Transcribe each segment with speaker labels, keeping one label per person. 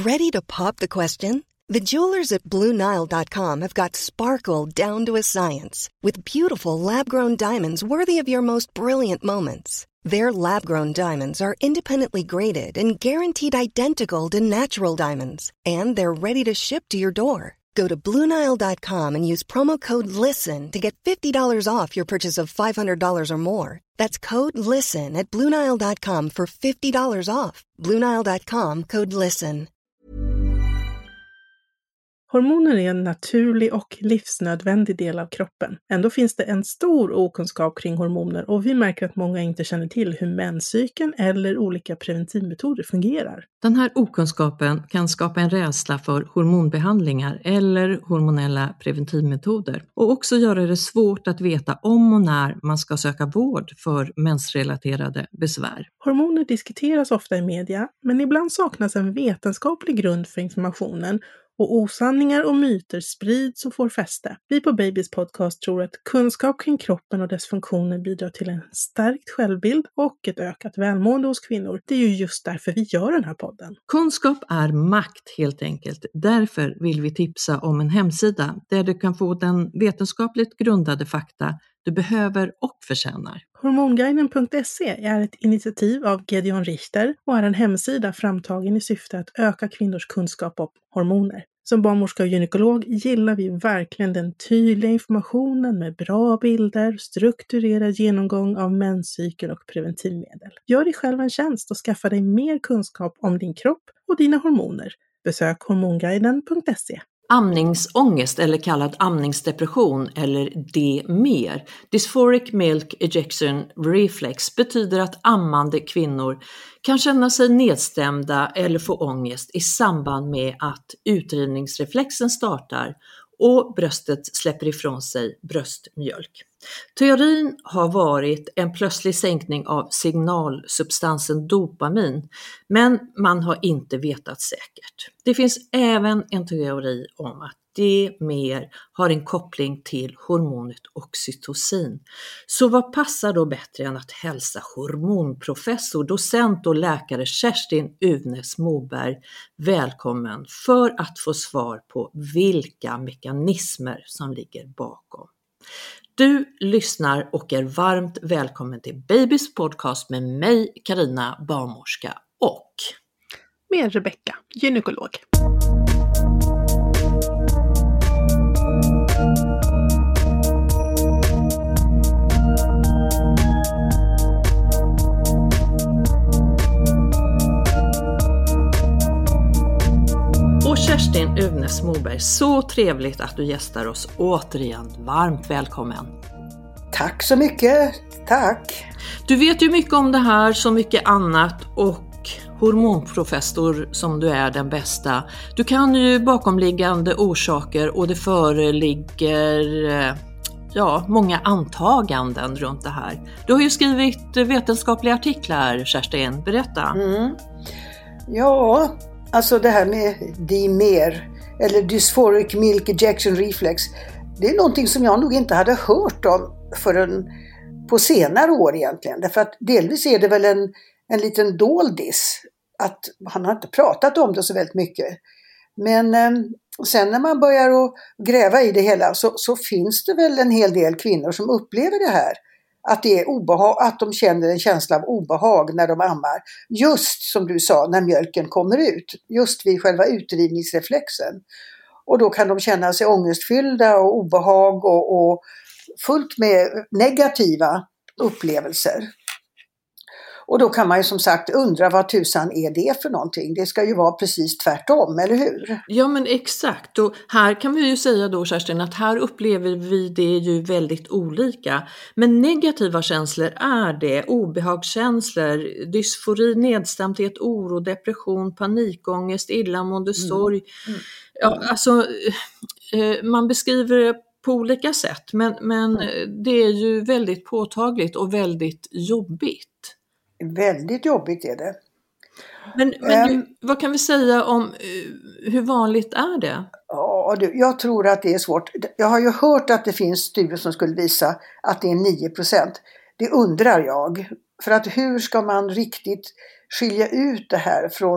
Speaker 1: Ready to pop the question? The jewelers at BlueNile.com have got sparkle down to a science with beautiful lab-grown diamonds worthy of your most brilliant moments. Their lab-grown diamonds are independently graded and guaranteed identical to natural diamonds, and they're ready to ship to your door. Go to BlueNile.com and use promo code LISTEN to get $50 off your purchase of $500 or more. That's code LISTEN at BlueNile.com for $50 off. BlueNile.com, code LISTEN.
Speaker 2: Hormoner är en naturlig och livsnödvändig del av kroppen. Ändå finns det en stor okunskap kring hormoner och vi märker att många inte känner till hur menscykeln eller olika preventivmetoder fungerar.
Speaker 3: Den här okunskapen kan skapa en rädsla för hormonbehandlingar eller hormonella preventivmetoder och också göra det svårt att veta om och när man ska söka vård för mensrelaterade besvär.
Speaker 2: Hormoner diskuteras ofta i media, men ibland saknas en vetenskaplig grund för informationen och osanningar och myter sprids och får fäste. Vi på Babys podcast tror att kunskap kring kroppen och dess funktioner bidrar till en stärkt självbild och ett ökat välmående hos kvinnor. Det är ju just därför vi gör den här podden.
Speaker 3: Kunskap är makt helt enkelt. Därför vill vi tipsa om en hemsida där du kan få den vetenskapligt grundade fakta du behöver och förtjänar.
Speaker 2: Hormonguiden.se är ett initiativ av Gedeon Richter och är en hemsida framtagen i syfte att öka kvinnors kunskap om hormoner. Som barnmorska och gynekolog gillar vi verkligen den tydliga informationen med bra bilder, strukturerad genomgång av menscykeln och preventivmedel. Gör dig själv en tjänst och skaffa dig mer kunskap om din kropp och dina hormoner. Besök hormonguiden.se.
Speaker 3: Amningsångest eller kallad amningsdepression eller DMER, Dysphoric Milk Ejection Reflex, betyder att ammande kvinnor kan känna sig nedstämda eller få ångest i samband med att utdrivningsreflexen startar och bröstet släpper ifrån sig bröstmjölk. Teorin har varit en plötslig sänkning av signalsubstansen dopamin, men man har inte vetat säkert. Det finns även en teori om att DMER har en koppling till hormonet oxytocin. Så vad passar då bättre än att hälsa hormonprofessor, docent och läkare Kerstin Uvnäs Moberg välkommen för att få svar på vilka mekanismer som ligger bakom. Du lyssnar och är varmt välkommen till Babys podcast med mig, Carina, barnmorska och
Speaker 2: med Rebecka, gynekolog.
Speaker 3: Och Kerstin Uvnäs Moberg, så trevligt att du gästar oss återigen. Varmt välkommen.
Speaker 4: Tack så mycket, tack.
Speaker 3: Du vet ju mycket om det här, så mycket annat, och hormonprofessor som du är, den bästa. Du kan ju bakomliggande orsaker och det föreligger många antaganden runt det här. Du har ju skrivit vetenskapliga artiklar, Kerstin. Berätta.
Speaker 4: Ja, alltså det här med DMER eller Dysphoric Milk Ejection Reflex, det är någonting som jag nog inte hade hört om förrän på senare år egentligen. Därför att delvis är det väl en liten doldis att han har inte pratat om det så väldigt mycket. Men sen när man börjar att gräva i det hela så finns det väl en hel del kvinnor som upplever det här. Att det är obehag, att de känner en känsla av obehag när de ammar. Just som du sa, när mjölken kommer ut. Just vid själva utdrivningsreflexen. Och då kan de känna sig ångestfyllda och obehag och fullt med negativa upplevelser. Och då kan man ju som sagt undra vad tusan är det för någonting. Det ska ju vara precis tvärtom, eller hur?
Speaker 3: Ja, men exakt. Och här kan vi ju säga då, Kerstin, att här upplever vi det ju väldigt olika. Men negativa känslor är det. Obehagskänslor, dysfori, nedstämdhet, oro, depression, panikångest, illamående, sorg. Ja, alltså man beskriver det på olika sätt. Men det är ju väldigt påtagligt och väldigt jobbigt.
Speaker 4: Väldigt jobbigt är det.
Speaker 3: Men vad kan vi säga om hur vanligt är det?
Speaker 4: Ja, jag tror att det är svårt. Jag har ju hört att det finns studier som skulle visa att det är 9%. Det undrar jag. För att hur ska man riktigt skilja ut det här från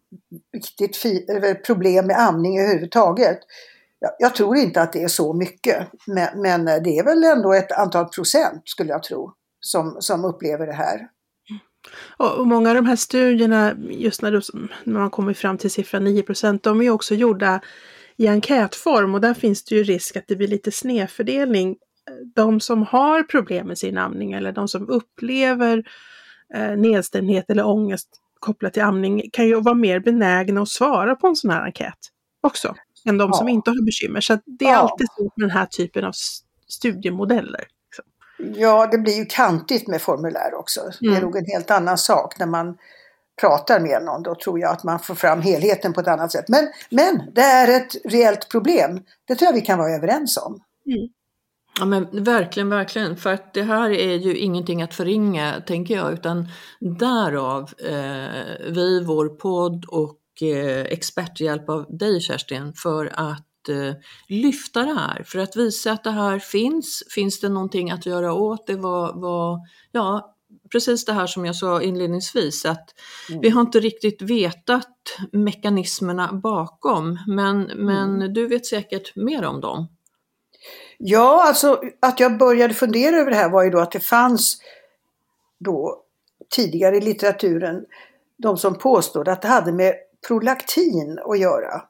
Speaker 4: riktigt problem med amning överhuvudtaget. Jag tror inte att det är så mycket, men det är väl ändå ett antal procent skulle jag tro som upplever det här.
Speaker 2: Och många av de här studierna, just när man kommer fram till siffran 9%, de är också gjorda i enkätform och där finns det ju risk att det blir lite snedfördelning. De som har problem med sin amning eller de som upplever nedstämdhet eller ångest kopplat till amning kan ju vara mer benägna att svara på en sån här enkät också än de som inte har bekymmer. Så att det är alltid så med den här typen av studiemodeller.
Speaker 4: Ja, det blir ju kantigt med formulär också. Det är nog en helt annan sak när man pratar med någon. Då tror jag att man får fram helheten på ett annat sätt. Men det är ett reellt problem. Det tror jag vi kan vara överens om.
Speaker 3: Ja, men verkligen, verkligen. För att det här är ju ingenting att förringa, tänker jag. Utan därav vi, vår podd och experthjälp av dig, Kerstin, för att lyfta det här. För att visa att det här finns. Finns det någonting att göra åt det? Ja, precis det här som jag sa inledningsvis. Att vi har inte riktigt vetat mekanismerna bakom. Men du vet säkert mer om dem.
Speaker 4: Ja, alltså att jag började fundera över det här var ju då att det fanns då tidigare i litteraturen de som påstod att det hade med prolaktin att göra.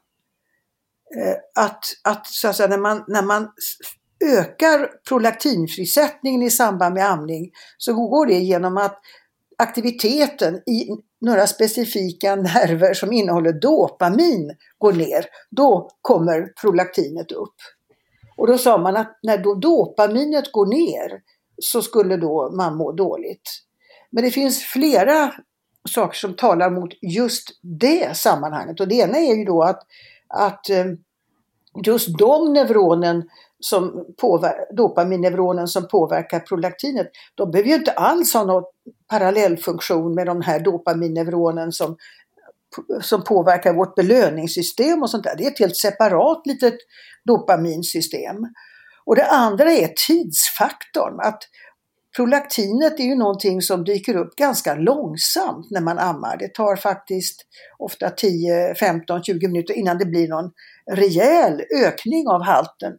Speaker 4: Att så att säga, när man ökar prolaktinfrisättningen i samband med amning så går det genom att aktiviteten i några specifika nerver som innehåller dopamin går ner. Då kommer prolaktinet upp. Och då sa man att när då dopaminet går ner så skulle då man må dåligt. Men det finns flera saker som talar mot just det sammanhanget. Och det ena är ju då att just de neuronen som dopaminneuronen som påverkar prolaktinet, de behöver ju inte alls ha någon parallellfunktion med de här dopaminneuronen som påverkar vårt belöningssystem och sånt där. Det är ett helt separat litet dopaminsystem. Och det andra är tidsfaktorn. Att prolaktinet är ju någonting som dyker upp ganska långsamt när man ammar. Det tar faktiskt ofta 10, 15, 20 minuter innan det blir någon rejäl ökning av halten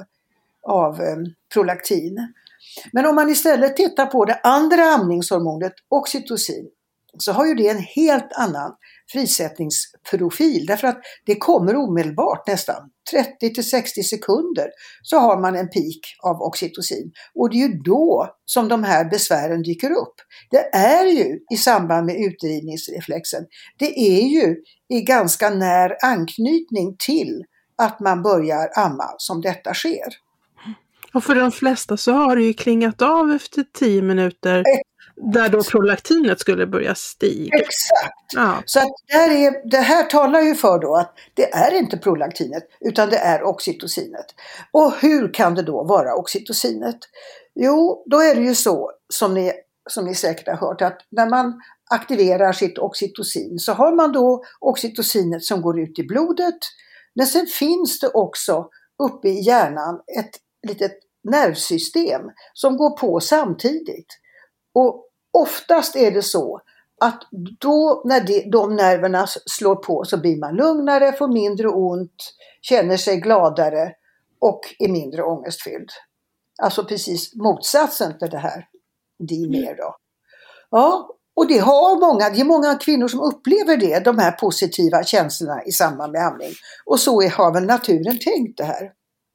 Speaker 4: av prolaktin. Men om man istället tittar på det andra amningshormonet, oxytocin, så har ju det en helt annan frisättningsprofil. Därför att det kommer omedelbart, nästan 30-60 sekunder så har man en peak av oxytocin. Och det är ju då som de här besvären dyker upp. Det är ju i samband med utdrivningsreflexen. Det är ju i ganska när anknytning till att man börjar amma som detta sker.
Speaker 2: Och för de flesta så har det ju klingat av efter 10 minuter. Där då prolaktinet skulle börja stiga.
Speaker 4: Exakt.
Speaker 2: Ja.
Speaker 4: Så att det här talar ju för då att det är inte prolaktinet utan det är oxytocinet. Och hur kan det då vara oxytocinet? Jo, då är det ju så som ni säkert har hört att när man aktiverar sitt oxytocin så har man då oxytocinet som går ut i blodet. Men sen finns det också uppe i hjärnan ett litet nervsystem som går på samtidigt. Och oftast är det så att då när de nerverna slår på så blir man lugnare, får mindre ont, känner sig gladare och är mindre ångestfylld. Alltså precis motsatsen till det här dimer då. Ja, och det är många kvinnor som upplever det, de här positiva känslorna i samband med amning. Och så har väl naturen tänkt det här.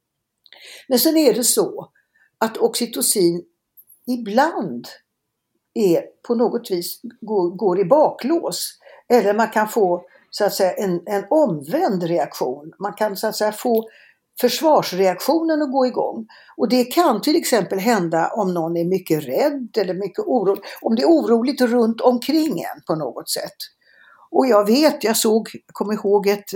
Speaker 4: Men sen är det så att oxytocin ibland är på något vis går i baklås. Eller man kan få så att säga en omvänd reaktion. Man kan så att säga få försvarsreaktionen att gå igång. Och det kan till exempel hända om någon är mycket rädd eller mycket orolig. Om det är oroligt runt omkring en på något sätt. Och jag kommer ihåg ett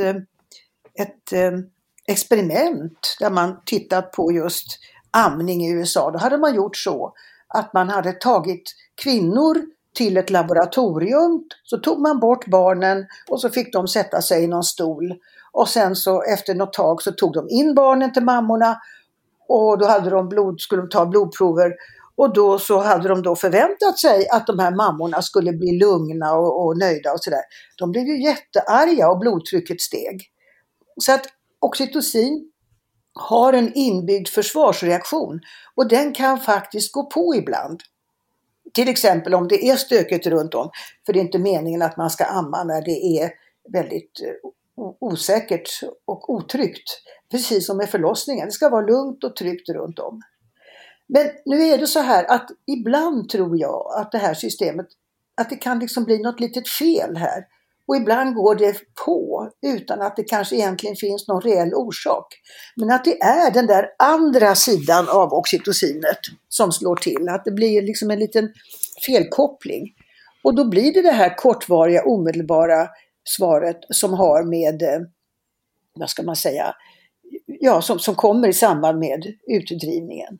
Speaker 4: experiment där man tittat på just amning i USA. Då hade man gjort så att man hade tagit kvinnor till ett laboratorium, så tog man bort barnen och så fick de sätta sig i någon stol. Och sen så efter något tag så tog de in barnen till mammorna och då skulle de ta blodprover Och då så hade de då förväntat sig att de här mammorna skulle bli lugna och nöjda och sådär. De blev ju jättearga och blodtrycket steg. Så att oxytocin har en inbyggd försvarsreaktion och den kan faktiskt gå på ibland. Till exempel om det är stökigt runt om, för det är inte meningen att man ska amma när det är väldigt osäkert och otryggt. Precis som med förlossningen, det ska vara lugnt och tryggt runt om. Men nu är det så här att ibland tror jag att det här systemet, att det kan liksom bli något litet fel här. Och ibland går det på utan att det kanske egentligen finns någon reell orsak. Men att det är den där andra sidan av oxytocinet som slår till. Att det blir liksom en liten felkoppling. Och då blir det här kortvariga, omedelbara svaret som har med, vad ska man säga, ja, som kommer i samband med utdrivningen.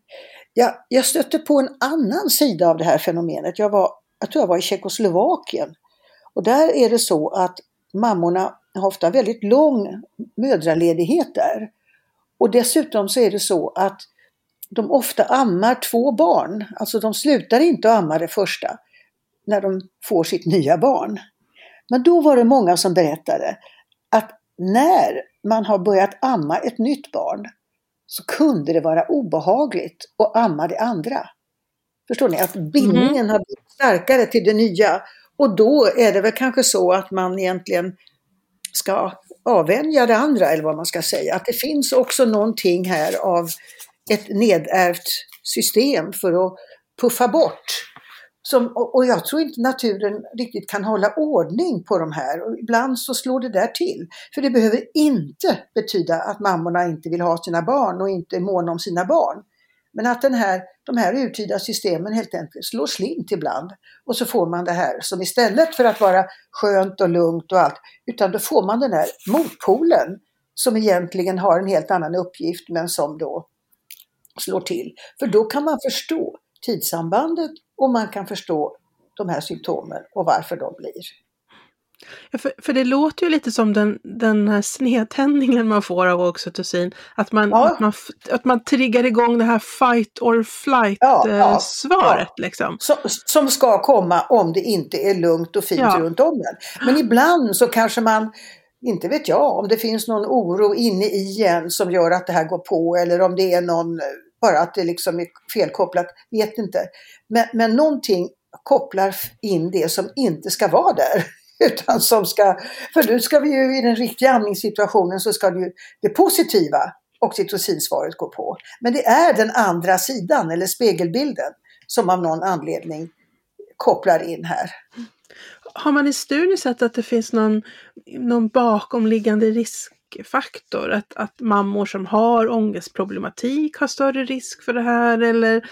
Speaker 4: Jag stötte på en annan sida av det här fenomenet. Jag tror jag var i Tjeckoslovakien. Och där är det så att mammorna har ofta väldigt lång mödraledighet där. Och dessutom så är det så att de ofta ammar 2 barn. Alltså de slutar inte att amma det första när de får sitt nya barn. Men då var det många som berättade att när man har börjat amma ett nytt barn så kunde det vara obehagligt att amma det andra. Förstår ni? Att bindningen har blivit starkare till det nya. Och då är det väl kanske så att man egentligen ska avvänja det andra, eller vad man ska säga. Att det finns också någonting här av ett nedärvt system för att puffa bort. Och jag tror inte naturen riktigt kan hålla ordning på de här. Och ibland så slår det där till. För det behöver inte betyda att mammorna inte vill ha sina barn och inte är måna om sina barn. Men att de här urtida systemen helt enkelt slår slint ibland. Och så får man det här som istället för att vara skönt och lugnt och allt. Utan då får man den här motpolen som egentligen har en helt annan uppgift men som då slår till. För då kan man förstå tidssambandet och man kan förstå de här symptomen och varför de blir.
Speaker 2: Ja, för det låter ju lite som den här snedtändningen man får av oxytocin. Att man triggar igång det här fight or flight svaret. Liksom.
Speaker 4: Som ska komma om det inte är lugnt och fint runt om den. Men ibland så kanske man, inte vet jag, om det finns någon oro inne i en som gör att det här går på. Eller om det är någon, bara att det liksom är felkopplat, vet inte. Men någonting kopplar in det som inte ska vara där. Utan som ska, för nu ska vi ju i den riktiga amningssituationen så ska det positiva oxytocinsvaret gå på. Men det är den andra sidan eller spegelbilden som av någon anledning kopplar in här.
Speaker 2: Har man i studien sett att det finns någon bakomliggande riskfaktor? Att mammor som har ångestproblematik har större risk för det här eller...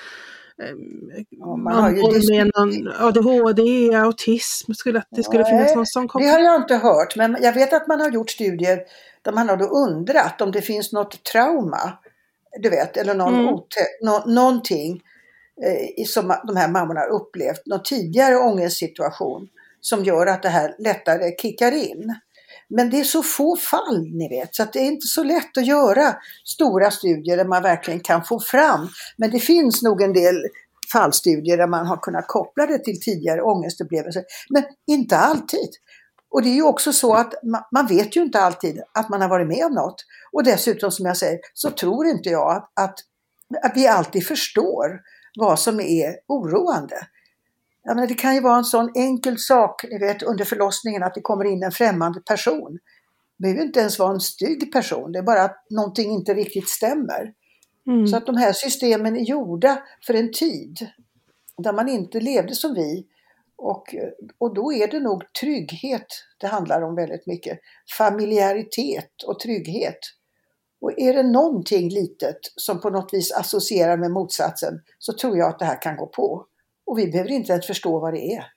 Speaker 2: man har ju med någon ADHD, autism, det skulle finnas någon sån koppling.
Speaker 4: Det har jag inte hört, men jag vet att man har gjort studier där man har då undrat om det finns något trauma, du vet, eller någonting som de här mammorna har upplevt, någon tidigare ångestsituation som gör att det här lättare kickar in. Men det är så få fall, ni vet, så att det är inte så lätt att göra stora studier där man verkligen kan få fram. Men det finns nog en del fallstudier där man har kunnat koppla det till tidigare ångestupplevelser. Men inte alltid. Och det är ju också så att man vet ju inte alltid att man har varit med om något. Och dessutom, som jag säger, så tror inte jag att vi alltid förstår vad som är oroande. Ja, men det kan ju vara en sån enkel sak, ni vet, under förlossningen att det kommer in en främmande person. Det behöver inte ens vara en stygg person, det är bara att någonting inte riktigt stämmer. Så att de här systemen är gjorda för en tid där man inte levde som vi. Och då är det nog trygghet det handlar om väldigt mycket. Familjaritet och trygghet. Och är det någonting litet som på något vis associerar med motsatsen så tror jag att det här kan gå på. Och vi behöver inte ens förstå vad det är.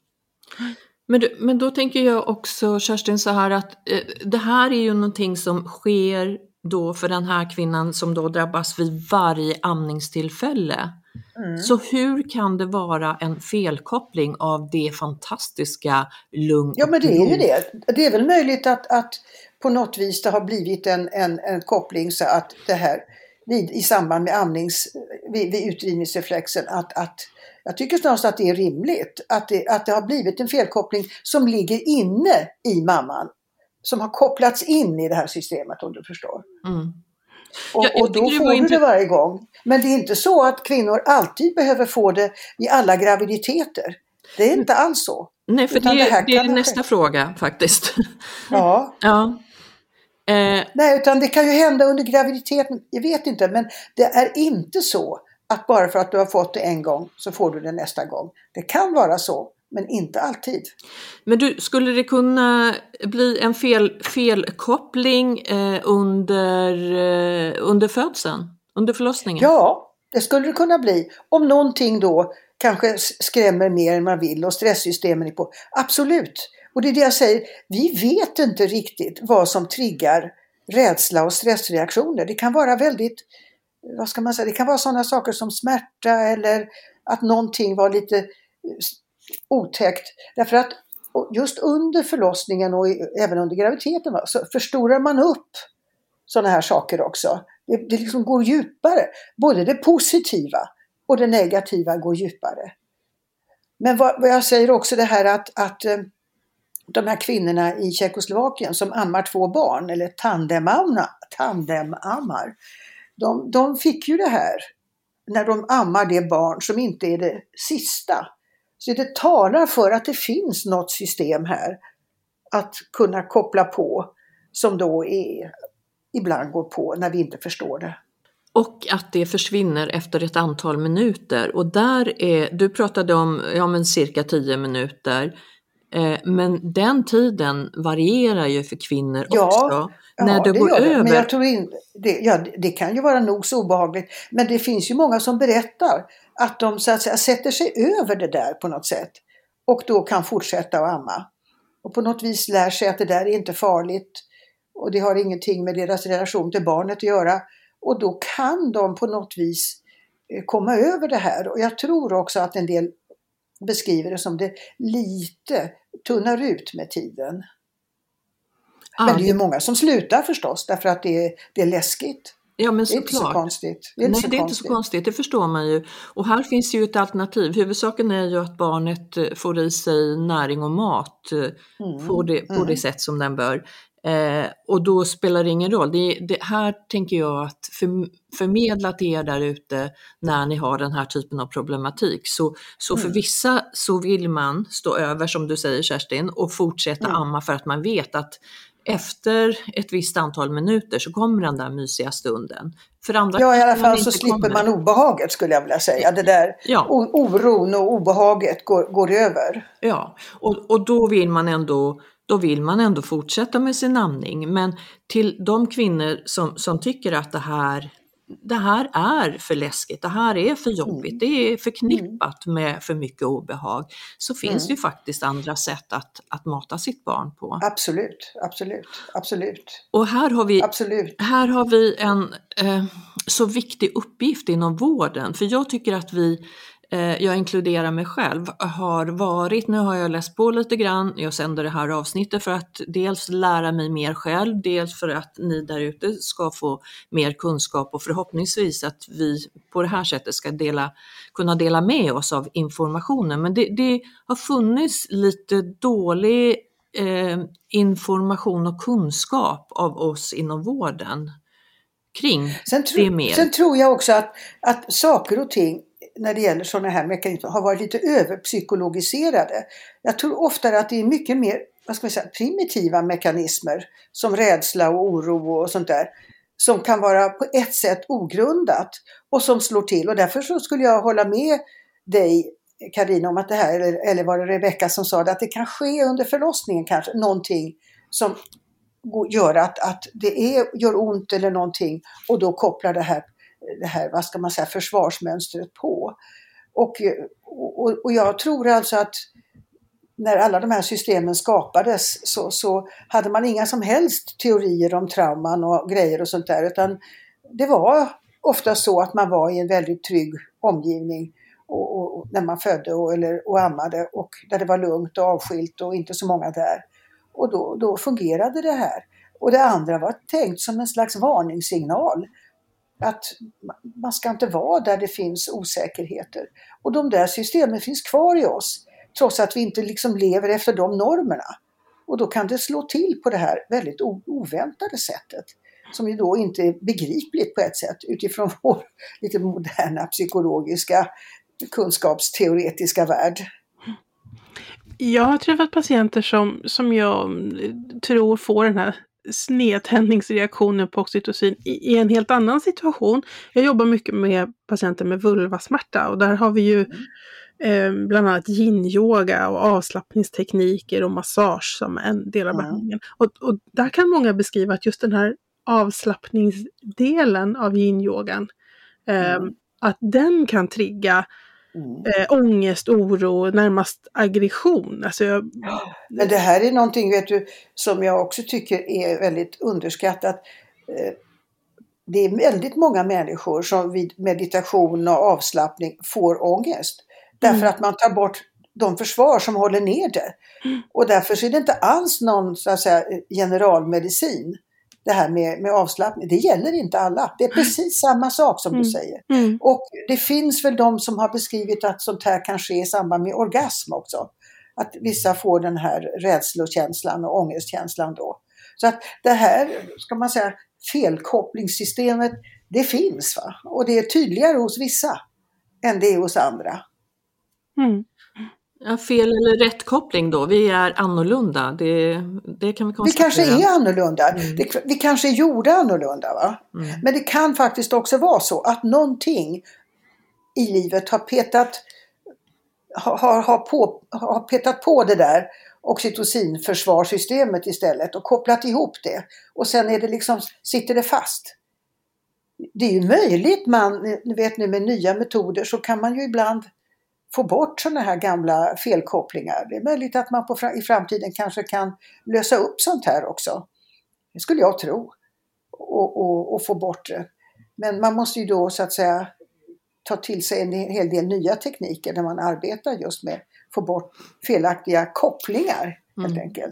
Speaker 3: Men då tänker jag också, Kerstin, så här att det här är ju någonting som sker då för den här kvinnan som då drabbas vid varje amningstillfälle. Så hur kan det vara en felkoppling av det fantastiska lugn?
Speaker 4: Ja, men det är ju det. Det är väl möjligt att på något vis det har blivit en koppling så att det här i samband med vid utdrivningsreflexen att jag tycker snarast att det är rimligt att det har blivit en felkoppling som ligger inne i mamman, som har kopplats in i det här systemet, om du förstår.
Speaker 3: Mm.
Speaker 4: Och då får du det varje gång. Men det är inte så att kvinnor alltid behöver få det i alla graviditeter. Det är inte alls så.
Speaker 3: Nej, för det är nästa fråga faktiskt.
Speaker 4: Ja.
Speaker 3: Ja.
Speaker 4: Nej, utan det kan ju hända under graviditeten, jag vet inte, men det är inte så att bara för att du har fått det en gång så får du det nästa gång. Det kan vara så, men inte alltid.
Speaker 3: Men skulle det kunna bli en felkoppling under födseln, under förlossningen?
Speaker 4: Ja, det skulle det kunna bli. Om någonting då kanske skrämmer mer än man vill och stresssystemen är på. Absolut. Och det är det jag säger, vi vet inte riktigt vad som triggar rädsla och stressreaktioner. Det kan vara väldigt, vad ska man säga, det kan vara sådana saker som smärta eller att någonting var lite otäckt. Därför att just under förlossningen och även under graviditeten så förstorar man upp sådana här saker också. Det liksom går djupare. Både det positiva och det negativa går djupare. Men vad jag säger också det här att de här kvinnorna i Tjeckoslovakien som ammar 2 barn eller tandemammar, de fick ju det här när de ammar det barn som inte är det sista. Så det talar för att det finns något system här att kunna koppla på som då ibland går på när vi inte förstår det.
Speaker 3: Och att det försvinner efter ett antal minuter. Och du pratade om cirka 10 minuter. Men den tiden varierar ju för kvinnor också. När det går över.
Speaker 4: Men jag tror det kan ju vara nog så obehagligt. Men det finns ju många som berättar att de så att säga sätter sig över det där på något sätt. Och då kan fortsätta att amma. Och på något vis lär sig att det där är inte farligt. Och det har ingenting med deras relation till barnet att göra. Och då kan de på något vis komma över det här. Och jag tror också att en del beskriver det som det lite tunnar ut med tiden. Men det är ju många som slutar förstås därför att det är läskigt.
Speaker 3: Ja, men
Speaker 4: det är inte så konstigt.
Speaker 3: Det är inte så konstigt, det förstår man ju. Och här finns ju ett alternativ. Huvudsaken är ju att barnet får i sig näring och mat på det sätt som den bör. Och då spelar det ingen roll. Det här tänker jag att förmedla till er där ute när ni har den här typen av problematik. Så för vissa så vill man stå över, som du säger Kerstin, och fortsätta amma för att man vet att efter ett visst antal minuter så kommer den där mysiga stunden. För andra
Speaker 4: i alla fall så slipper man obehaget, skulle jag vilja säga. Det där oron och obehaget går över.
Speaker 3: Ja, och då vill man ändå fortsätta med sin amning. Men till de kvinnor som tycker att det här är för läskigt, det här är för jobbigt, det är förknippat med för mycket obehag, så finns det ju faktiskt andra sätt att mata sitt barn på.
Speaker 4: Absolut.
Speaker 3: Och här har vi en så viktig uppgift inom vården, för jag tycker att jag inkluderar mig själv, nu har jag läst på lite grann, jag sänder det här avsnittet för att dels lära mig mer själv, dels för att ni där ute ska få mer kunskap och förhoppningsvis att vi på det här sättet ska kunna dela med oss av informationen. Men det har funnits lite dålig information och kunskap av oss inom vården kring det mer.
Speaker 4: Sen tror jag också att saker och ting när det gäller sådana här mekanismer har varit lite överpsykologiserade. Jag tror ofta att det är mycket mer, primitiva mekanismer som rädsla och oro och sånt där som kan vara på ett sätt ogrundat och som slår till. Och därför så skulle jag hålla med dig, Carina, om att det här, eller var det Rebecka som sa det, att det kan ske under förlossningen kanske någonting som gör att det gör ont eller någonting, och då kopplar det här försvarsmönstret på. Och jag tror alltså att när alla de här systemen skapades så hade man inga som helst teorier om trauman och grejer och sånt där, utan det var ofta så att man var i en väldigt trygg omgivning och när man födde och ammade, och där det var lugnt och avskilt och inte så många där. Och då fungerade det här. Och det andra var tänkt som en slags varningssignal. att man ska inte vara där det finns osäkerheter. Och de där systemen finns kvar i oss, trots att vi inte liksom lever efter de normerna. Och då kan det slå till på det här väldigt oväntade sättet, som ju då inte är begripligt på ett sätt utifrån vår lite moderna psykologiska kunskapsteoretiska värld.
Speaker 2: Jag har träffat patienter som jag tror får den här snedtändningsreaktionen på oxytocin i en helt annan situation. Jag jobbar mycket med patienter med vulvasmärta och där har vi ju bland annat yin-yoga och avslappningstekniker och massage som en del av behandlingen. Och där kan många beskriva att just den här avslappningsdelen av yin-yogan, att den kan trigga ångest, oro, närmast aggression. Alltså
Speaker 4: Men det här är någonting, vet du, som jag också tycker är väldigt underskattat. Det är väldigt många människor som vid meditation och avslappning får ångest. Därför att man tar bort de försvar som håller ner det. Och därför så är det inte alls någon, så att säga, generalmedicin. Det här med avslappning, det gäller inte alla. Det är precis samma sak som du säger. Och det finns väl de som har beskrivit att sånt här kan ske i samband med orgasm också. Att vissa får den här rädslokänslan och ångestkänslan då. Så att det här, ska man säga, felkopplingssystemet, det finns, va? Och det är tydligare hos vissa än det är hos andra.
Speaker 3: Ja, fel eller rätt koppling då. Vi är annorlunda. Det kan vi konstatera.
Speaker 4: Vi kanske är annorlunda. Vi kanske är gjorda annorlunda, va? Men det kan faktiskt också vara så att någonting i livet har petat på det där oxytocinförsvarssystemet istället och kopplat ihop det. Och sen är det liksom, sitter det fast. Det är ju möjligt, ni vet nu med nya metoder så kan man ju ibland få bort sådana här gamla felkopplingar. Det är möjligt att man i framtiden kanske kan lösa upp sånt här också. Det skulle jag tro. Och få bort det. Men man måste ju då, så att säga, ta till sig en hel del nya tekniker när man arbetar just med att få bort felaktiga kopplingar, helt enkelt.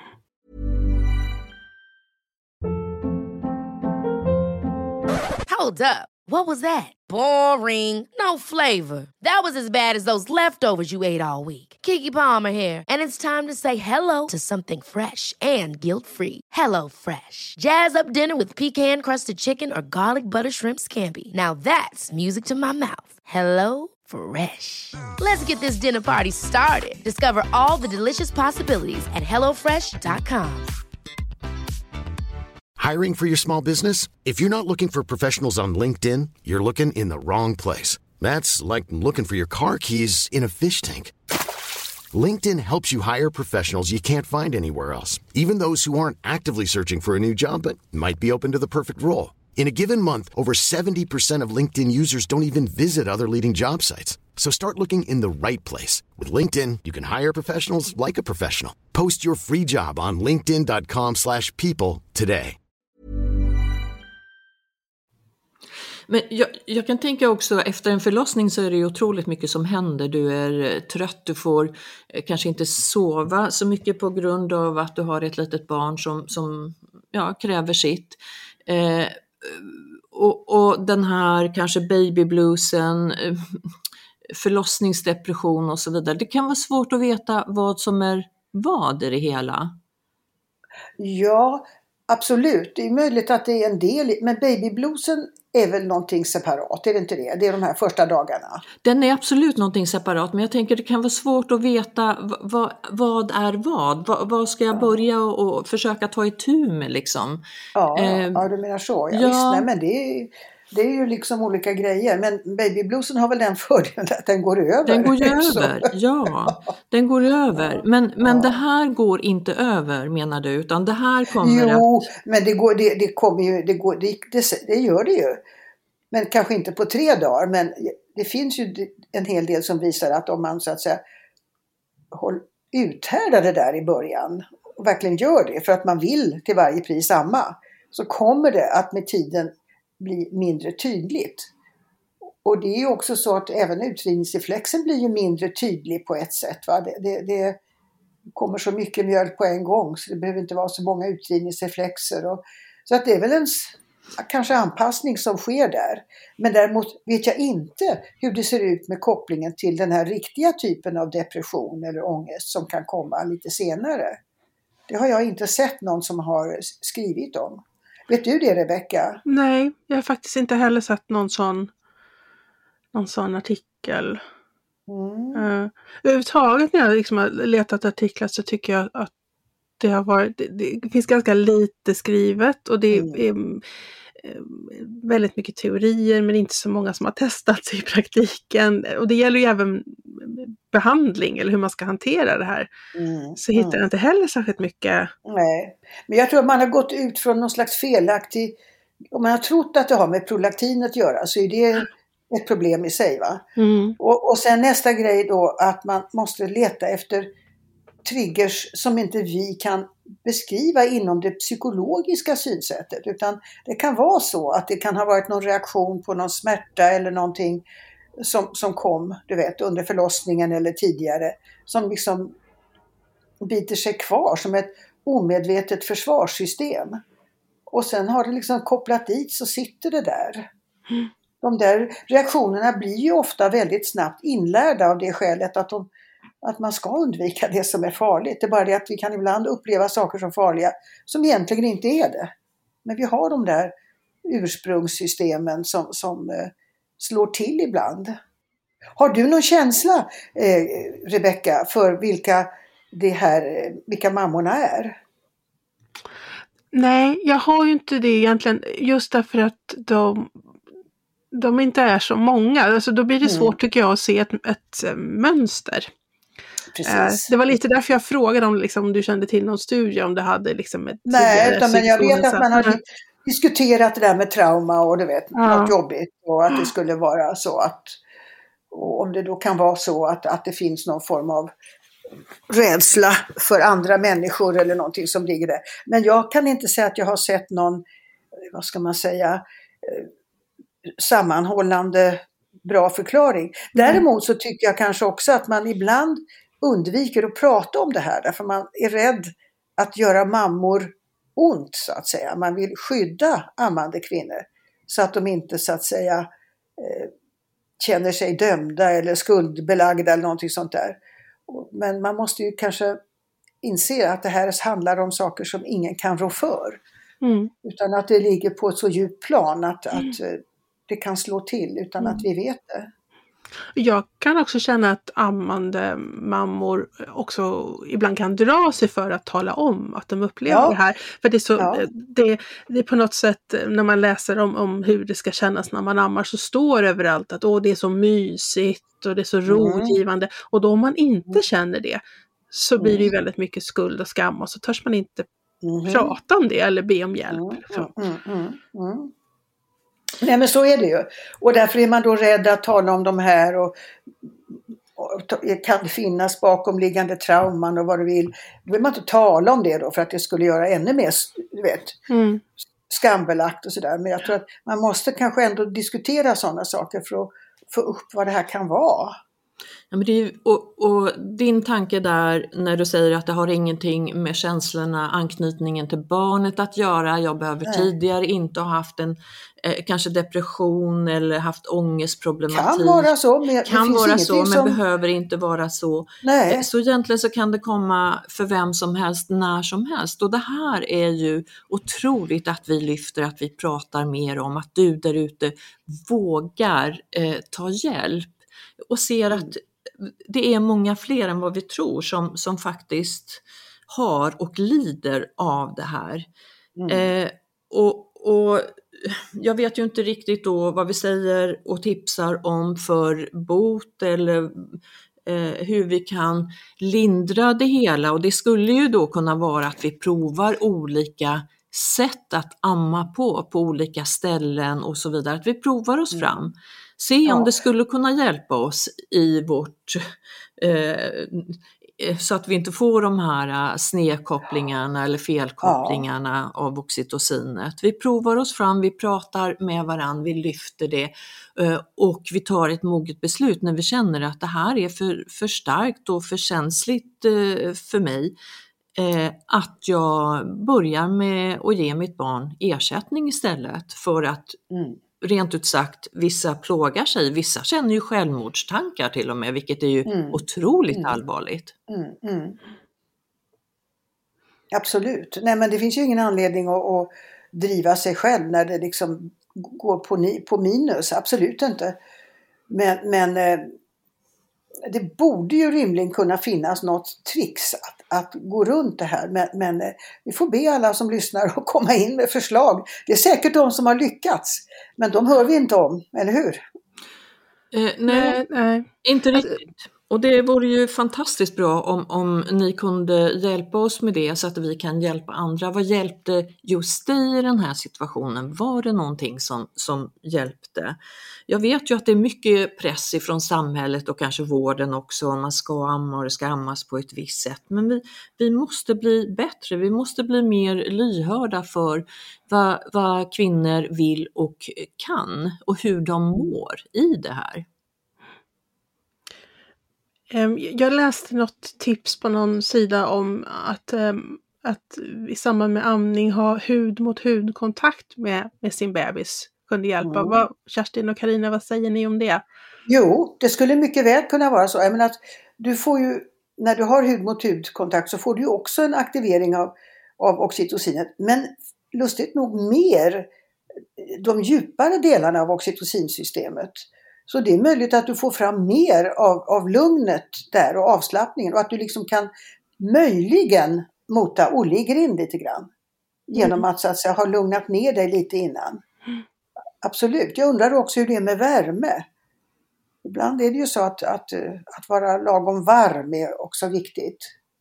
Speaker 5: Hold up. What was that? Boring. No flavor. That was as bad as those leftovers you ate all week. Keke Palmer here, and it's time to say hello to something fresh and guilt-free. Hello Fresh. Jazz up dinner with pecan-crusted chicken or garlic butter shrimp scampi. Now that's music to my mouth. Hello Fresh. Let's get this dinner party started. Discover all the delicious possibilities at hellofresh.com.
Speaker 6: Hiring for your small business? If you're not looking for professionals on LinkedIn, you're looking in the wrong place. That's like looking for your car keys in a fish tank. LinkedIn helps you hire professionals you can't find anywhere else, even those who aren't actively searching for a new job but might be open to the perfect role. In a given month, over 70% of LinkedIn users don't even visit other leading job sites. So start looking in the right place. With LinkedIn, you can hire professionals like a professional. Post your free job on linkedin.com/people today.
Speaker 3: Men jag kan tänka också, efter en förlossning så är det ju otroligt mycket som händer. Du är trött, du får kanske inte sova så mycket på grund av att du har ett litet barn som kräver sitt. Och den här kanske babybluesen, förlossningsdepression och så vidare. Det kan vara svårt att veta vad som är vad i det hela.
Speaker 4: Ja, absolut. Det är möjligt att det är en del, men babybluesen är väl någonting separat, är det inte det? Det är de här första dagarna.
Speaker 3: Den är absolut någonting separat, men jag tänker det kan vara svårt att veta vad är vad. Vad ska jag börja och försöka ta itu med liksom?
Speaker 4: Ja, du menar så. Ja. Visst, nej, men det är ju liksom olika grejer. Men babybluesen har väl den fördelen att den går över.
Speaker 3: Den går ju över, ja. Den går över. Men det här går inte över, menar du? Utan det här kommer
Speaker 4: men det gör det ju. Men kanske inte på 3 dagar. Men det finns ju en hel del som visar att om man så att säga uthärdar det där i början och verkligen gör det för att man vill till varje pris samma, så kommer det att med tiden bli mindre tydligt. Och det är ju också så att även utdrivningsreflexen blir ju mindre tydlig på ett sätt. Va? Det kommer så mycket mjölk på en gång så det behöver inte vara så många utdrivningsreflexer. Så att det är väl kanske anpassning som sker där. Men däremot vet jag inte hur det ser ut med kopplingen till den här riktiga typen av depression eller ångest som kan komma lite senare. Det har jag inte sett någon som har skrivit om. Vet du det, Rebecka?
Speaker 2: Nej, jag har faktiskt inte heller sett någon sån artikel. Överhuvudtaget när jag liksom har letat artiklar så tycker jag att det har varit, det finns ganska lite skrivet och det är väldigt mycket teorier men inte så många som har testats i praktiken. Och det gäller ju även behandling eller hur man ska hantera det här. Så hittar jag inte heller särskilt mycket. Nej,
Speaker 4: men jag tror att man har gått ut från någon slags felaktig, om man har trott att det har med prolaktin att göra så är det ett problem i sig, va? Och sen nästa grej då att man måste leta efter triggers som inte vi kan beskriva inom det psykologiska synsättet, utan det kan vara så att det kan ha varit någon reaktion på någon smärta eller någonting som kom, du vet, under förlossningen eller tidigare, som liksom biter sig kvar som ett omedvetet försvarssystem. Och sen har det liksom kopplat dit, så sitter det där. De där reaktionerna blir ju ofta väldigt snabbt inlärda av det skälet att man ska undvika det som är farligt. Det är bara det att vi kan ibland uppleva saker som farliga som egentligen inte är det. Men vi har de där ursprungssystemen som slår till ibland. Har du någon känsla, Rebecka, för vilka mammorna är?
Speaker 2: Nej, jag har ju inte det egentligen, just därför att de inte är så många. Alltså då blir det svårt tycker jag att se ett mönster.
Speaker 4: Precis.
Speaker 2: Det var lite därför jag frågade om du kände till någon studie, om det hade liksom ett...
Speaker 4: Nej, men jag vet att man har diskuterat det där med trauma och du vet, något jobbigt, och att det skulle vara så att, och om det då kan vara så att det finns någon form av rädsla för andra människor eller någonting som ligger där. Men jag kan inte säga att jag har sett någon, vad ska man säga, sammanhållande bra förklaring. Däremot så tycker jag kanske också att man ibland undviker att prata om det här, därför man är rädd att göra mammor ont, så att säga. Man vill skydda ammande kvinnor så att de inte, så att säga, känner sig dömda eller skuldbelagda eller någonting sånt där. Men man måste ju kanske inse att det här handlar om saker som ingen kan rå för. Utan att det ligger på ett så djupt plan att det kan slå till utan att vi vet det.
Speaker 2: Jag kan också känna att ammande mammor också ibland kan dra sig för att tala om att de upplever det här. För det är så, det är på något sätt, när man läser om hur det ska kännas när man ammar, så står överallt att det är så mysigt och det är så rogivande. Och då om man inte känner det så blir det ju väldigt mycket skuld och skam, och så törs man inte prata om det eller be om hjälp.
Speaker 4: Nej, men så är det ju. Och därför är man då rädd att tala om de här och kan det finnas bakomliggande trauman och vad du vill. Då vill man inte tala om det då, för att det skulle göra ännu mer, du vet, skambelagt och sådär. Men jag tror att man måste kanske ändå diskutera sådana saker för att få upp vad det här kan vara.
Speaker 3: Ja, men det är, och din tanke där när du säger att det har ingenting med känslorna, anknytningen till barnet att göra. Jag behöver tidigare inte ha haft en kanske depression eller haft ångestproblematik.
Speaker 4: Kan vara så,
Speaker 3: men behöver inte vara så.
Speaker 4: Nej.
Speaker 3: Så egentligen så kan det komma för vem som helst, när som helst. Och det här är ju otroligt att vi lyfter, att vi pratar mer om, att du där ute vågar ta hjälp och ser att det är många fler än vad vi tror som faktiskt har och lider av det här. Och jag vet ju inte riktigt då vad vi säger och tipsar om för bot eller hur vi kan lindra det hela. Och det skulle ju då kunna vara att vi provar olika sätt att amma på olika ställen och så vidare. Att vi provar oss fram. Se om det skulle kunna hjälpa oss i vårt, så att vi inte får de här snedkopplingarna eller felkopplingarna av oxytocinet. Vi provar oss fram, vi pratar med varandra, vi lyfter det och vi tar ett moget beslut när vi känner att det här är för starkt och för känsligt för mig. att jag börjar med att ge mitt barn ersättning istället, för att rent ut sagt, vissa plågar sig, vissa känner ju självmordstankar till och med, vilket är ju otroligt allvarligt.
Speaker 4: Absolut. Nej, men det finns ju ingen anledning att driva sig själv när det liksom går på minus. Absolut inte. Men det borde ju rimligen kunna finnas något tricks att gå runt det här. Men vi får be alla som lyssnar att komma in med förslag. Det är säkert de som har lyckats. Men de hör vi inte om, eller hur?
Speaker 3: Nej, inte riktigt. Och det vore ju fantastiskt bra om ni kunde hjälpa oss med det, så att vi kan hjälpa andra. Vad hjälpte just dig i den här situationen? Var det någonting som hjälpte? Jag vet ju att det är mycket press ifrån samhället och kanske vården också. Man ska amma och det ska ammas på ett visst sätt. Men vi måste bli bättre. Vi måste bli mer lyhörda för vad kvinnor vill och kan och hur de mår i det här.
Speaker 2: Jag läste något tips på någon sida om att i samband med amning ha hud mot hud kontakt med sin bebis kunde hjälpa. Kerstin och Carina, vad säger ni om det?
Speaker 4: Jo, det skulle mycket väl kunna vara så. Jag menar att du får ju, när du har hud mot hud kontakt, så får du ju också en aktivering av oxytocinet. Men lustigt nog mer de djupare delarna av oxytocinsystemet. Så det är möjligt att du får fram mer av lugnet där och avslappningen, och att du liksom kan möjligen mota Olle i grind lite grann genom att så att säga ha lugnat ner dig lite innan. Absolut. Jag undrar också hur det är med värme. Ibland är det ju så att vara lagom varm är också viktigt.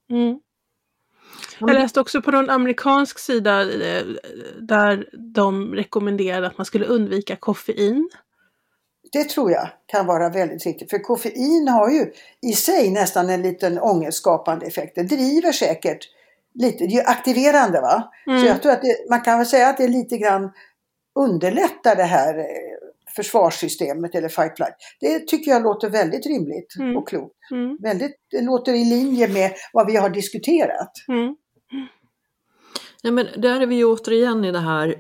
Speaker 2: Jag läste också på någon amerikansk sida där de rekommenderade att man skulle undvika koffein.
Speaker 4: Det tror jag kan vara väldigt viktigt. För koffein har ju i sig nästan en liten ångestskapande effekt. Det driver säkert lite, det är ju aktiverande va? Så jag tror att man kan väl säga att det lite grann underlättar det här försvarssystemet eller fight flight. Det tycker jag låter väldigt rimligt och klokt. Det låter i linje med vad vi har diskuterat.
Speaker 3: Ja, men där är vi ju återigen i det här...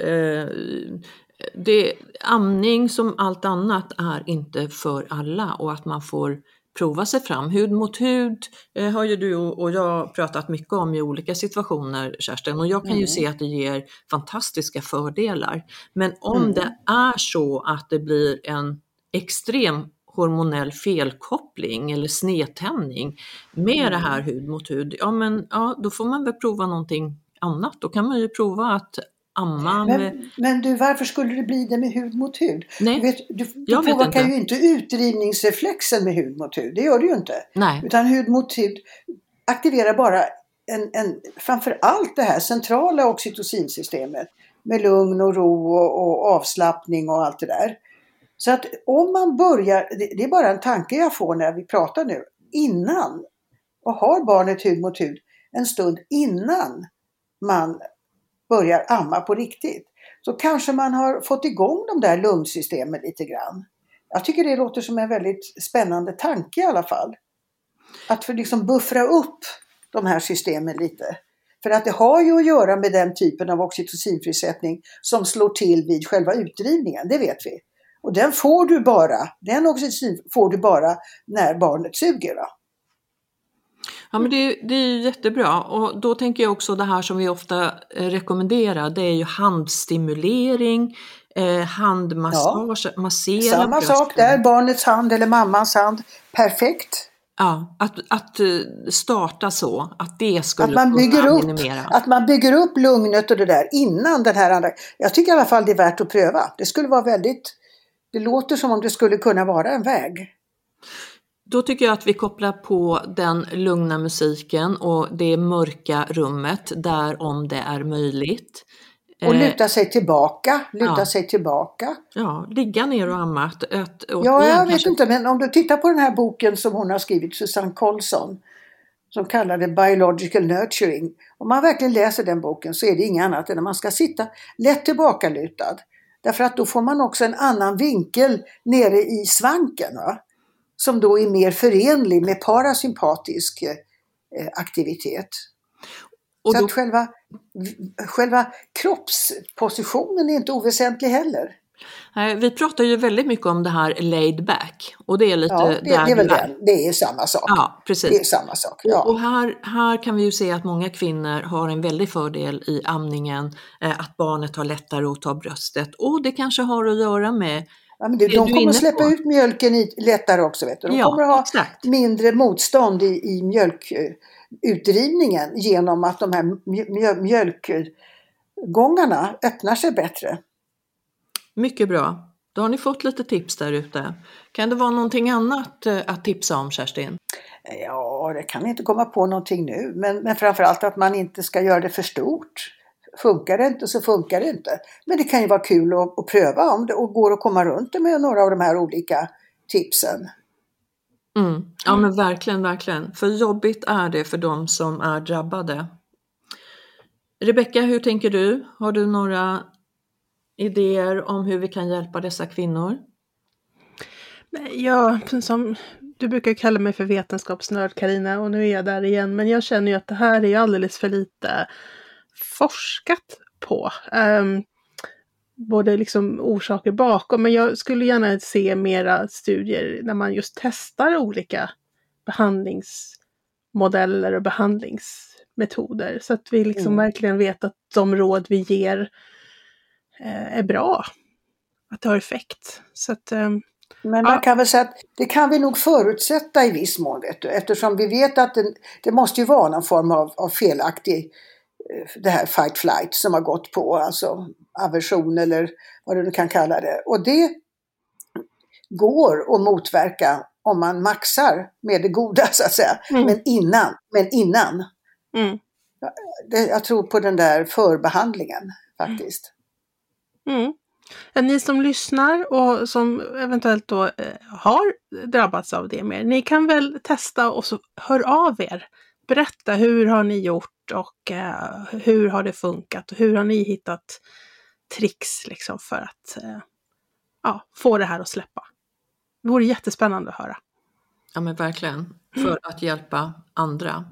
Speaker 3: amning som allt annat är inte för alla, och att man får prova sig fram. Hud mot hud har ju du och jag pratat mycket om i olika situationer, Kerstin, och jag kan ju se att det ger fantastiska fördelar. Men om det är så att det blir en extrem hormonell felkoppling eller snedtändning med det här hud mot hud, då får man väl prova någonting annat. Då kan man ju prova att amma.
Speaker 4: Men du, varför skulle det bli det med hud mot hud?
Speaker 3: Nej,
Speaker 4: du påverkar ju inte utdrivningsreflexen med hud mot hud. Det gör du ju inte.
Speaker 3: Nej.
Speaker 4: Utan hud mot hud aktiverar bara framförallt det här centrala oxytocinsystemet med lugn och ro och avslappning och allt det där. Så att om man börjar, det är bara en tanke jag får när vi pratar nu, innan, och har barnet hud mot hud en stund innan man börjar amma på riktigt, så kanske man har fått igång de där lungsystemen lite grann. Jag tycker det låter som en väldigt spännande tanke i alla fall. Att för liksom buffra upp de här systemen lite. För att det har ju att göra med den typen av oxytocinfrisättning som slår till vid själva utdrivningen, det vet vi. Och den oxytocin får du bara när barnet suger va?
Speaker 3: Ja, men det är ju jättebra, och då tänker jag också det här som vi ofta rekommenderar, det är ju handstimulering, handmassage, massera
Speaker 4: samma
Speaker 3: brösten.
Speaker 4: sak där, barnets hand eller mammans hand, perfekt.
Speaker 3: Ja, att starta så, att det skulle
Speaker 4: att man bygger
Speaker 3: kunna
Speaker 4: upp,
Speaker 3: minimera.
Speaker 4: att man bygger upp lugnet och det där innan den här andra. Jag tycker i alla fall det är värt att pröva. Det skulle vara det låter som om det skulle kunna vara en väg.
Speaker 3: Då tycker jag att vi kopplar på den lugna musiken och det mörka rummet där om det är möjligt.
Speaker 4: Och luta sig tillbaka.
Speaker 3: Ja, ligga ner och amma.
Speaker 4: Jag vet inte, men om du tittar på den här boken som hon har skrivit, Susanne Colson, som kallar det Biological Nurturing. Om man verkligen läser den boken så är det inget annat än att man ska sitta lätt tillbakalutad. Därför att då får man också en annan vinkel nere i svanken va? Som då är mer förenlig med parasympatisk aktivitet.
Speaker 3: Och
Speaker 4: så
Speaker 3: då,
Speaker 4: att själva kroppspositionen är inte oväsentlig heller.
Speaker 3: vi pratar ju väldigt mycket om det här laid back. Och det är lite
Speaker 4: det är väl det. Det är samma sak.
Speaker 3: Ja, precis.
Speaker 4: Det är samma sak. Ja.
Speaker 3: Och här kan vi ju se att många kvinnor har en väldig fördel i amningen. Att barnet har lättare att ta bröstet. Och det kanske har att göra med...
Speaker 4: Ja, men de kommer att släppa ut mjölken lättare också. Vet du. De kommer att ha mindre motstånd i mjölkutdrivningen genom att de här mjölkgångarna öppnar sig bättre.
Speaker 3: Mycket bra. Då har ni fått lite tips där ute. Kan det vara någonting annat att tipsa om, Kerstin?
Speaker 4: Ja, det kan inte komma på någonting nu. Men framförallt att man inte ska göra det för stort. Funkar det inte så funkar det inte. Men det kan ju vara kul att pröva om det och går att komma runt med några av de här olika tipsen.
Speaker 3: Ja, men verkligen, verkligen. För jobbigt är det för de som är drabbade. Rebecka, hur tänker du? Har du några idéer om hur vi kan hjälpa dessa kvinnor?
Speaker 2: Ja, som du brukar kalla mig för vetenskapsnörd, Carina, och nu är jag där igen. Men jag känner ju att det här är alldeles för lite forskat på. Både liksom orsaker bakom, men jag skulle gärna se mera studier när man just testar olika behandlingsmodeller och behandlingsmetoder. Så att vi liksom verkligen vet att de råd vi ger är bra. Att det har effekt. Så att,
Speaker 4: men man kan väl säga att det kan vi nog förutsätta i viss mån, vet du, eftersom vi vet att det måste ju vara någon form av felaktig det här fight-flight som har gått på, alltså aversion eller vad du kan kalla det. Och det går att motverka om man maxar med det goda så att säga. Men innan. Jag tror på den där förbehandlingen faktiskt.
Speaker 2: Ni som lyssnar och som eventuellt då har drabbats av det mer, ni kan väl testa och så hör av er. Berätta, hur har ni gjort och hur har det funkat och hur har ni hittat tricks liksom för att få det här att släppa. Det vore jättespännande att höra.
Speaker 3: Ja, men verkligen. För att hjälpa andra.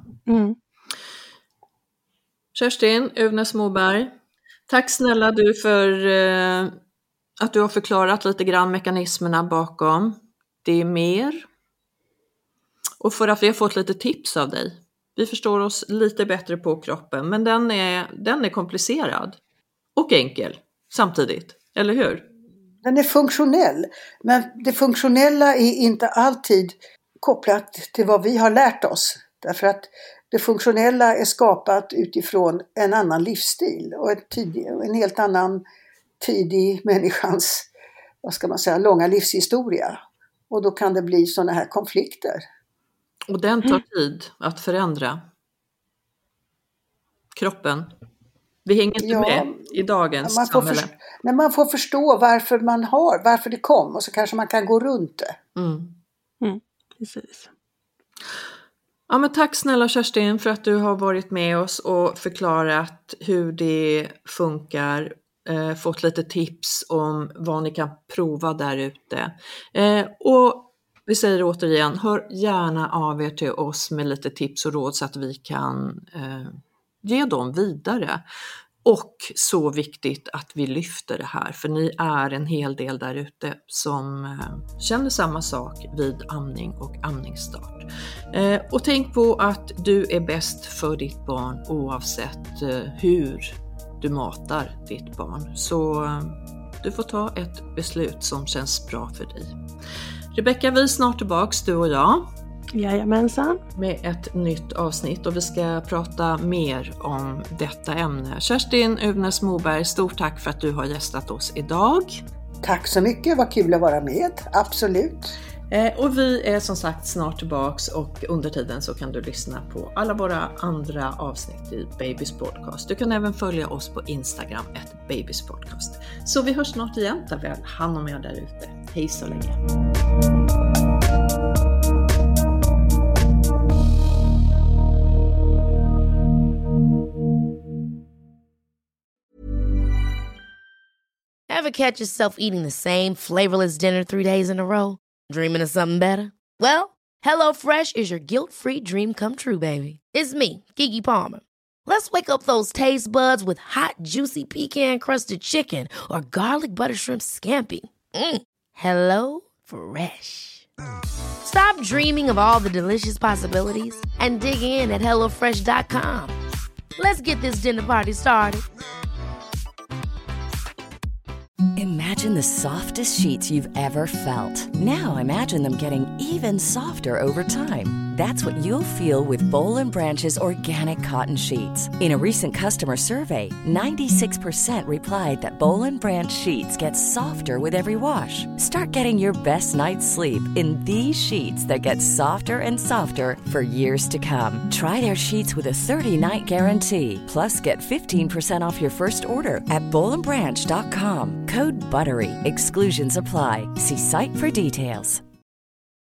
Speaker 3: Kerstin Uvnäs Moberg, tack snälla du för att du har förklarat lite grann mekanismerna bakom det mer. Och för att vi har fått lite tips av dig. Vi förstår oss lite bättre på kroppen, men den är komplicerad och enkel samtidigt, eller hur?
Speaker 4: Den är funktionell, men det funktionella är inte alltid kopplat till vad vi har lärt oss. Därför att det funktionella är skapat utifrån en annan livsstil och en helt annan tid i människans, vad ska man säga, långa livshistoria. Och då kan det bli sådana här konflikter.
Speaker 3: Och den tar tid att förändra kroppen. Vi hänger inte med i dagens samhälle.
Speaker 4: När man får förstå varför det kom, och så kanske man kan gå runt det.
Speaker 2: Precis.
Speaker 3: Ja, men tack snälla Kerstin för att du har varit med oss och förklarat hur det funkar. Fått lite tips om vad ni kan prova där ute. Och vi säger återigen, hör gärna av er till oss med lite tips och råd så att vi kan ge dem vidare. Och så viktigt att vi lyfter det här, för ni är en hel del där ute som känner samma sak vid amning och amningsstart. Och tänk på att du är bäst för ditt barn oavsett hur du matar ditt barn. Så du får ta ett beslut som känns bra för dig. Rebecka, vi är snart tillbaks, du och jag.
Speaker 2: Jajamensan.
Speaker 3: Med ett nytt avsnitt och vi ska prata mer om detta ämne. Kerstin Uvnäs Moberg, stort tack för att du har gästat oss idag.
Speaker 4: Tack så mycket, vad kul att vara med, absolut.
Speaker 3: Och vi är som sagt snart tillbaks och under tiden så kan du lyssna på alla våra andra avsnitt i Babys Podcast. Du kan även följa oss på Instagram @babyspodcast. Så vi hörs snart igen, ta väl hand om er där ute. Hej så länge.
Speaker 5: Ever catch yourself eating the same flavorless dinner 3 days in a row? Dreaming of something better? Well, HelloFresh is your guilt-free dream come true, baby. It's me, Keke Palmer. Let's wake up those taste buds with hot, juicy pecan-crusted chicken or garlic butter shrimp scampi. Hello Fresh. Stop dreaming of all the delicious possibilities and dig in at HelloFresh.com. Let's get this dinner party started.
Speaker 7: Imagine the softest sheets you've ever felt. Now imagine them getting even softer over time. That's what you'll feel with Boll & Branch's organic cotton sheets. In a recent customer survey, 96% replied that Boll & Branch sheets get softer with every wash. Start getting your best night's sleep in these sheets that get softer and softer for years to come. Try their sheets with a 30-night guarantee. Plus, get 15% off your first order at bollandbranch.com. Code BUTTERY. Exclusions apply. See site for details.